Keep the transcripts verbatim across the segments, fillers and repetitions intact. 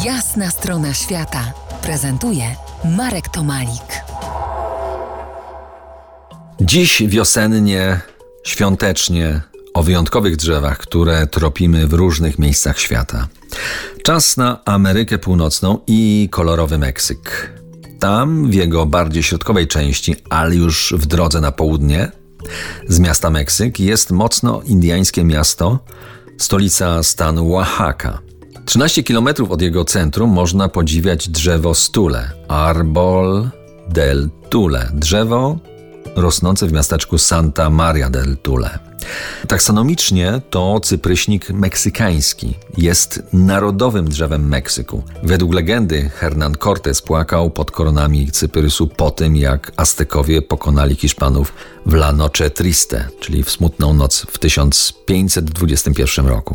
Jasna strona świata prezentuje Marek Tomalik. Dziś wiosennie, świątecznie, o wyjątkowych drzewach, które tropimy w różnych miejscach świata. Czas na Amerykę Północną i kolorowy Meksyk. Tam, w jego bardziej środkowej części, ale już w drodze na południe, z miasta Meksyk, jest mocno indyjskie miasto, stolica stanu Oaxaca. trzynaście kilometrów od jego centrum można podziwiać drzewo Stule, Árbol del Tule, drzewo rosnące w miasteczku Santa Maria del Tule. Taksonomicznie to cypryśnik meksykański. Jest narodowym drzewem Meksyku. Według legendy Hernán Cortés płakał pod koronami cyprysu po tym, jak Aztekowie pokonali Hiszpanów w La Noche Triste, czyli w smutną noc w tysiąc pięćset dwudziestym pierwszym roku.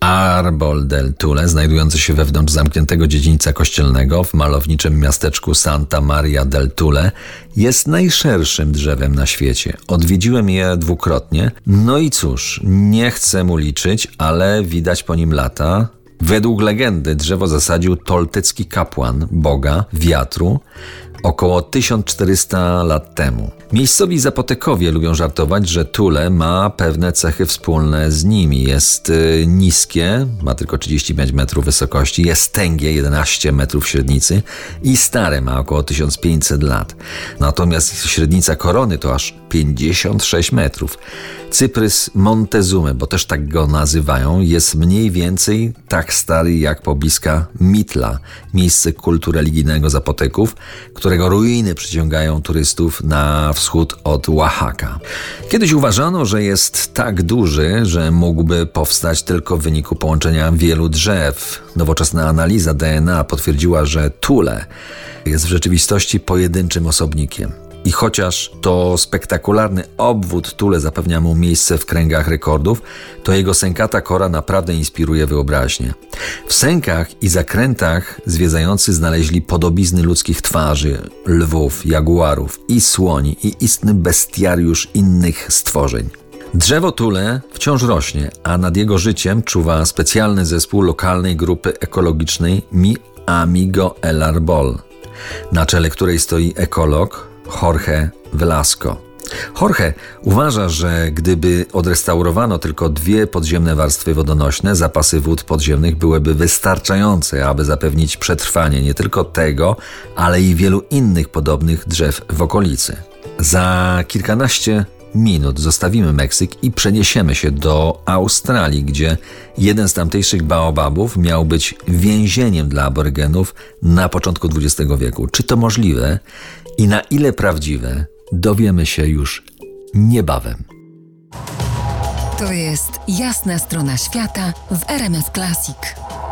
Árbol del Tule, znajdujący się wewnątrz zamkniętego dziedzińca kościelnego w malowniczym miasteczku Santa Maria del Tule, jest najszerszym drzewem na świecie. Odwiedziłem je dwukrotnie. No i cóż, nie chcę mu liczyć, ale widać po nim lata. Według legendy drzewo zasadził toltecki kapłan, boga wiatru, około tysiąc czterysta lat temu. Miejscowi zapotekowie lubią żartować, że Tule ma pewne cechy wspólne z nimi. Jest y, niskie, ma tylko trzydzieści pięć metrów wysokości, jest tęgie, jedenaście metrów średnicy i stare, ma około tysiąc pięćset lat. Natomiast średnica korony to aż pięćdziesiąt sześć metrów. Cyprys Montezuma, bo też tak go nazywają, jest mniej więcej tak stary jak pobliska Mitla, miejsce kultu religijnego Zapoteków, którego ruiny przyciągają turystów na wschód od Oaxaca. Kiedyś uważano, że jest tak duży, że mógłby powstać tylko w wyniku połączenia wielu drzew. Nowoczesna analiza D N A potwierdziła, że Tule jest w rzeczywistości pojedynczym osobnikiem. I chociaż to spektakularny obwód Tule zapewnia mu miejsce w kręgach rekordów, to jego sękata kora naprawdę inspiruje wyobraźnię. W sękach i zakrętach zwiedzający znaleźli podobizny ludzkich twarzy, lwów, jaguarów i słoni i istny bestiariusz innych stworzeń. Drzewo Tule wciąż rośnie, a nad jego życiem czuwa specjalny zespół lokalnej grupy ekologicznej Mi Amigo El Árbol, na czele której stoi ekolog Jorge Velasco. Jorge uważa, że gdyby odrestaurowano tylko dwie podziemne warstwy wodonośne, zapasy wód podziemnych byłyby wystarczające, aby zapewnić przetrwanie nie tylko tego, ale i wielu innych podobnych drzew w okolicy. Za kilkanaście minut zostawimy Meksyk i przeniesiemy się do Australii, gdzie jeden z tamtejszych baobabów miał być więzieniem dla aborygenów na początku dwudziestego wieku. Czy to możliwe i na ile prawdziwe, dowiemy się już niebawem. To jest Jasna strona świata w R M F Classic.